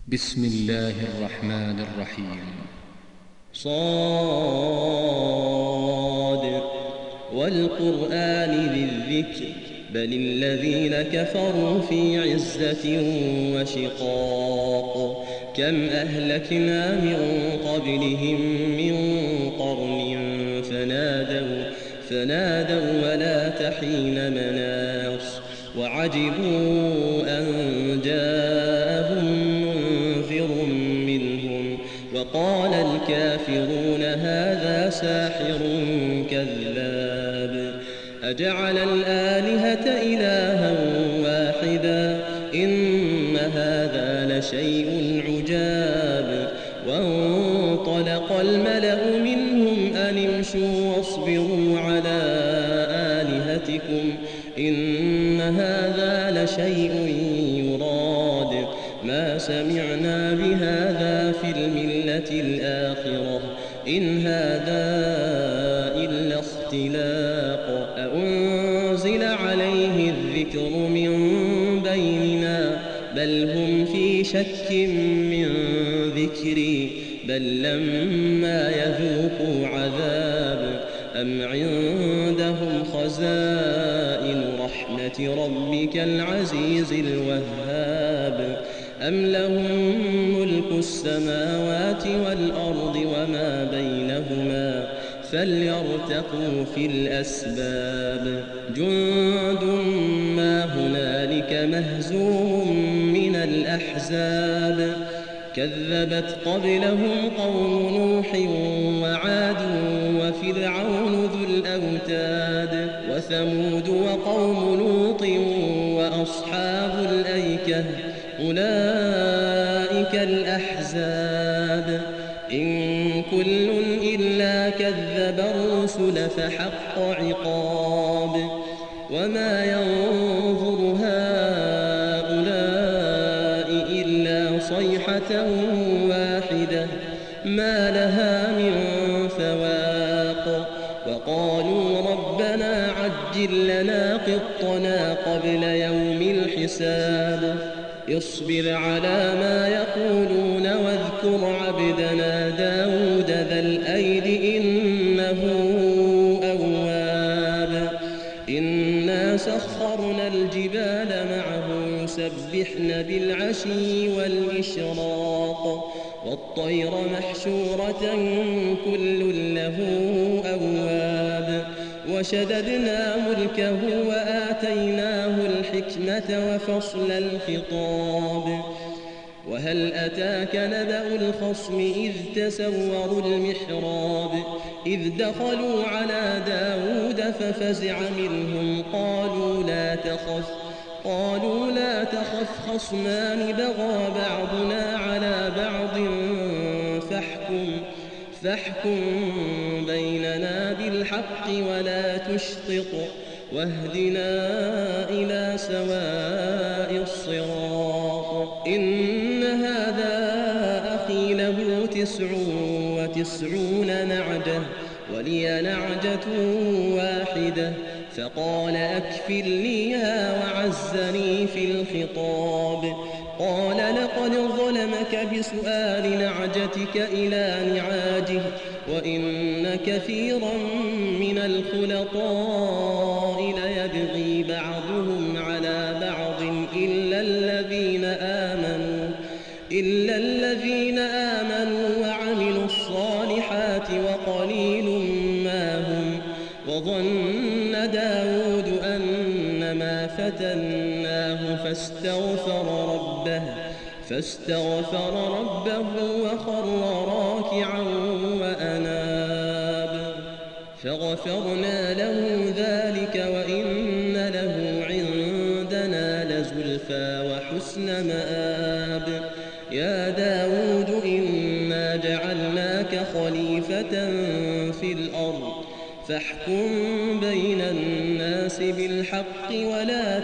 بسم الله الرحمن الرحيم. صاد والقرآن ذي الذكر بل الذين كفروا في عزة وشقاق كم أهلكنا من قبلهم من قرن فنادوا ولا تحين مناص وعجبوا أن جاءهم منذر منهم وقال الكافرون هذا ساحر كذاب أجعل الآلهة إلها واحدا إن هذا لشيء عجاب وانطلق الملأ منهم أن امشوا واصبروا على آلهتكم إن هذا لشيء يراد ما سمعنا بهذا في الملة الآخرة إن هذا إلا اختلاق أأنزل عليه الذكر من بيننا بل هم في شك من ذكري بل لما يذوقوا عذاب أم عندهم خزائن رحمة ربك العزيز الوهاب أم لهم ملك السماوات والأرض وما بينهما فليرتقوا في الأسباب جند ما هنالك مهزوم من الأحزاب كذبت قبلهم قوم نوح وعاد وفرعون ذو الأوتاد وثمود وقوم لوط وأصحاب الأيكة أولئك الأحزاب إن كل إلا كذب الرسل فحق عقاب وما ينظر هؤلاء إلا صيحة واحدة ما لها من فواق وقالوا ربنا عجل لنا قطنا قبل يوم الحساب اصبر على ما يقولون واذكر عبدنا داود ذا الأيد إنه أواب إنا سخرنا الجبال معه يسبحن بالعشي والإشراق والطير محشورة كل له أواب وشددنا ملكه وآتيناه الحكمة وفصل الخطاب وهل أتاك نبأ الخصم إذ تسوروا المحراب إذ دخلوا على داود ففزع منهم قالوا لا تخف خصمان بغى بعضنا على بعض فاحكم بيننا بالحق ولا تشطط واهدنا إلى سواء الصراط إن هذا أخي له 99 نعجة ولي نعجة واحدة فقال أكفلنيها وعزني في الخطاب قال لقد ظلمك بسؤال نعجتك إلى نعاجه وإن كثيرا من الخلطاء ليبغي بعضهم على بعض إلا الذين آمنوا وعملوا الصالحات وقليل ما هم وظن داود أنما فتناه فاستغفر ربه وخر راكعا وأناب فغفرنا له ذلك وإن له عندنا لزلفى وحسن مآب يا داود إنا جعلناك خليفة في الأرض فاحكم بين الناس بالحق ولا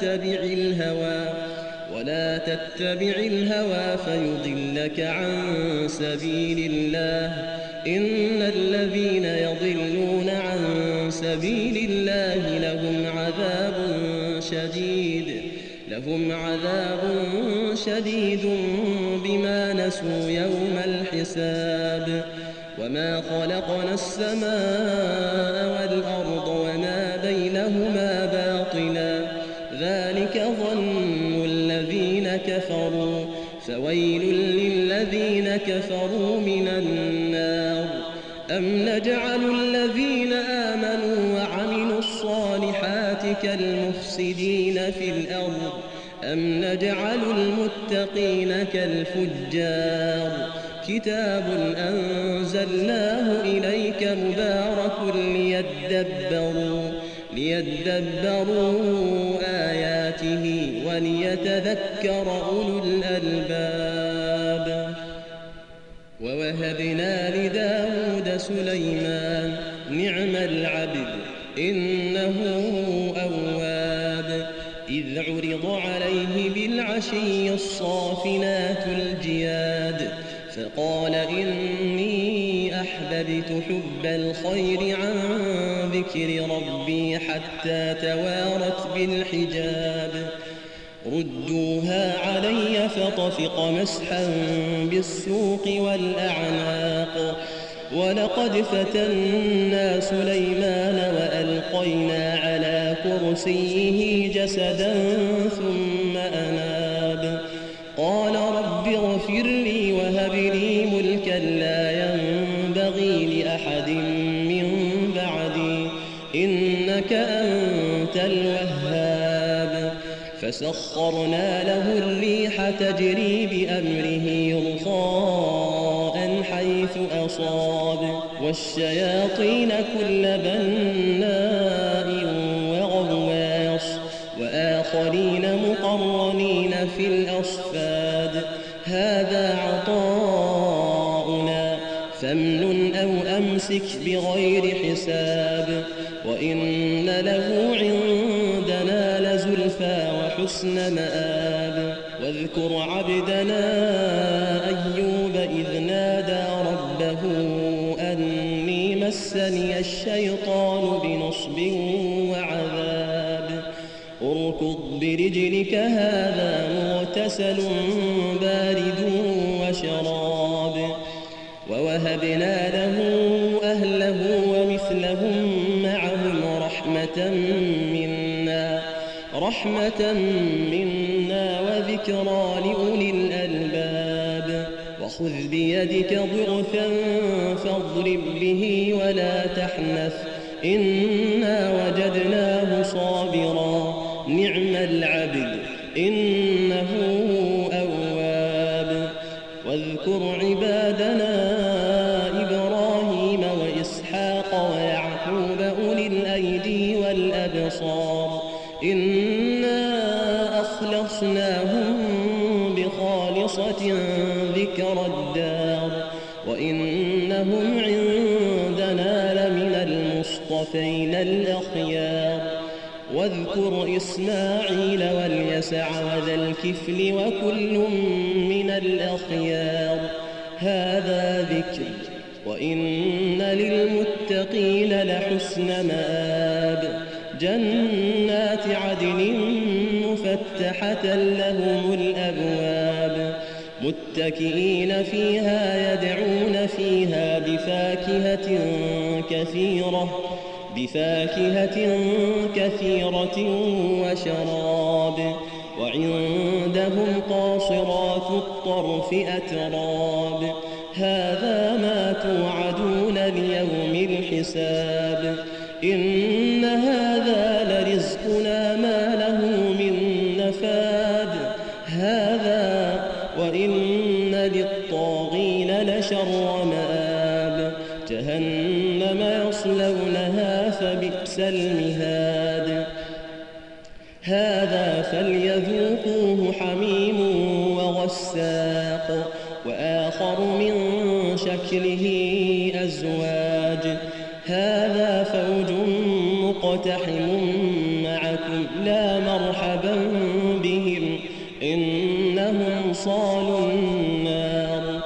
تتبع الهوى فيضلك عن سبيل الله إن الذين يضلون عن سبيل الله لهم عذاب شديد لهم عذاب شديد بما نسوا يوم الحساب وما خلقنا السماء والأرض وما بينهما باطلا ذلك ظن الذين كفروا فويل للذين كفروا من النار أم نجعل الذين آمنوا وعملوا الصالحات كالمفسدين في الأرض أم نجعل المتقين كالفجار كتاب أنزلناه إليك مبارك ليدبروا آياته وليتذكر أولو الألباب ووهبنا لداود سليمان نعم العبد إنه أواب إذ عرض عليه بالعشي الصافنات الجياد فقال إني أحببت حب الخير عن ذكر ربي حتى توارت بالحجاب ردوها علي فطفق مسحا بالسوق والأعناق ولقد فتنا سليمان وألقينا على كرسيه جسدا ثم أناب قال رب اغفر لي وهب لي ملكا لا ينبغي لأحد من بعدي إنك أنت الوهاب فسخرنا له الريح تجري بأمره رخاء حيث أصاب والشياطين كل بناء وغواص وآخرين مقرنين في الأصفاد هذا عطاؤنا فامنن أو أمسك بغير حساب وإن له عندنا لزلفى وحسن مآب واذكر عبدنا أيوب إذ نادى ربه أني مسني الشيطان بنصب وعذاب اركض برجلك هذا مغتسل بارد وشراب ووهبنا له أهله ومثلهم معهم رحمة منا وذكرى لأولي الألباب وخذ بيدك ضغثا فاضرب به ولا تحنث إنا وجدناه صابرا نعم العبد إنه أواب واذكر عبادنا إبراهيم وإسحاق ويعقوب أولي الأيدي والأبصار إنا أخلصناهم بخالصة ذكر الدار وإنهم عندنا لمن المصطفين الأخيار واذكر إسماعيل واليسع وذا الكفل وكل من الأخيار هذا ذكر وإن للمتقين لحسن مآب جنات عدن مفتحة لهم الأبواب متكئين فيها يدعون فيها بفاكهة كثيرة وشراب وعندهم قاصرات الطرف أتراب هذا ما توعدون ليوم الحساب إن هذا لرزقنا ما له من نفاد هذا وإن للطاغين لشر مآب جهنم يصلونها فبئس المهاد هذا فليذوقوه حميم وغساق وآخر من شكله أزواج هذا فوج مقتحم معكم لا مرحبا بهم إنهم صالوا النار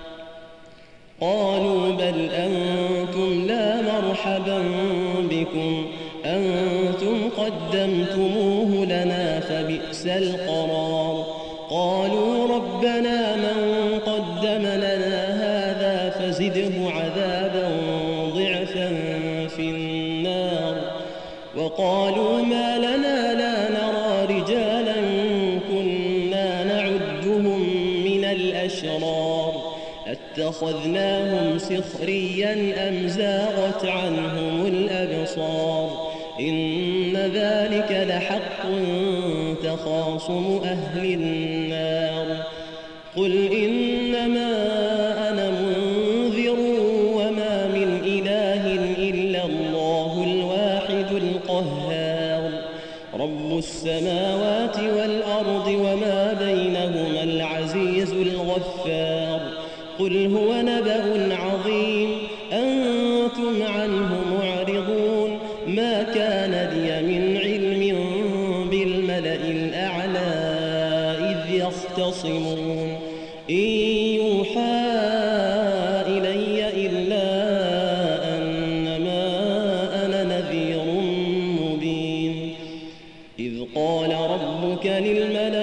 قالوا بل أنتم لا مرحبا بكم أنتم قدمتموه لنا فبئس وبئس القرار قالوا ربنا من قدم لنا هذا فزده عذابا ضعفا في النار وقالوا ما لنا لا نرى رجالا كنا نعدهم من الأشرار اتخذناهم سخريا أم زاغت عنهم الأبصار إن ذلك لحق تخاصم أهل النار قل إنما أنا منذر وما من إله إلا الله الواحد القهار رب السماوات والأرض وما بينهما العزيز الغفار قل هو نبأ عظيم أنتم عنه معرضون ما كان لي من علم بالملأ الأعلى إذ يختصمون إن يوحى إلي إلا أنما أنا نذير مبين إذ قال ربك للملائكة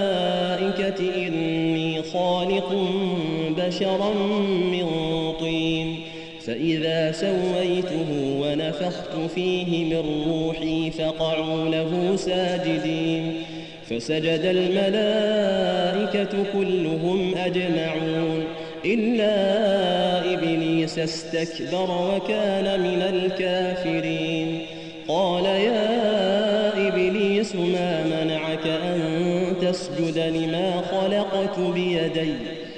إني خالق بشرا من طين فإذا سويته ونفخت فيه من روحي فقعوا له ساجدين فسجد الملائكة كلهم أجمعون إلا إبليس استكبر وكان من الكافرين قال يا إبليس ما منعك أن تسجد لما خلقت بيدي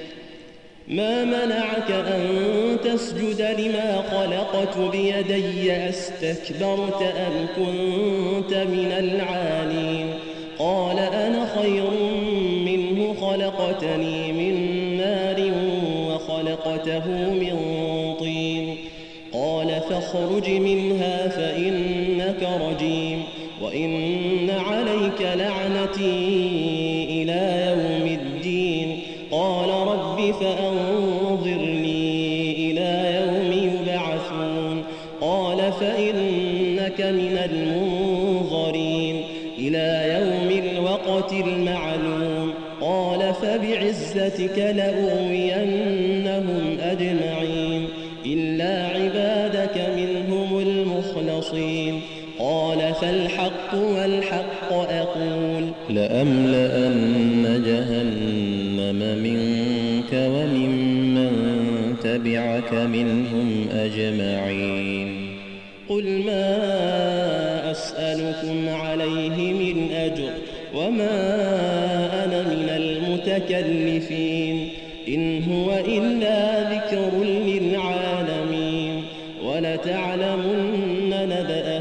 أستكبرت أم كنت من العالين قال أنا خير منه خلقتني من نار وخلقته من طين قال فاخرج منها فإنك رجيم وإن عليك لعنتي إلى يوم الدين قال رب فأنظرني إلى يوم يبعثون قال فإنك من المنظرين إلى يوم الوقت المعلوم قال فبعزتك لأغوينهم أجمعين إلا عبادك منهم المخلصين قال فالحق والحق أقول لأملأن جهنم منك وممن تبعك منهم أجمعين قل ما أسألكم عليه من أجر وما أنا من المتكلفين إن هو إلا ذكر للعالمين ولتعلمن نبأه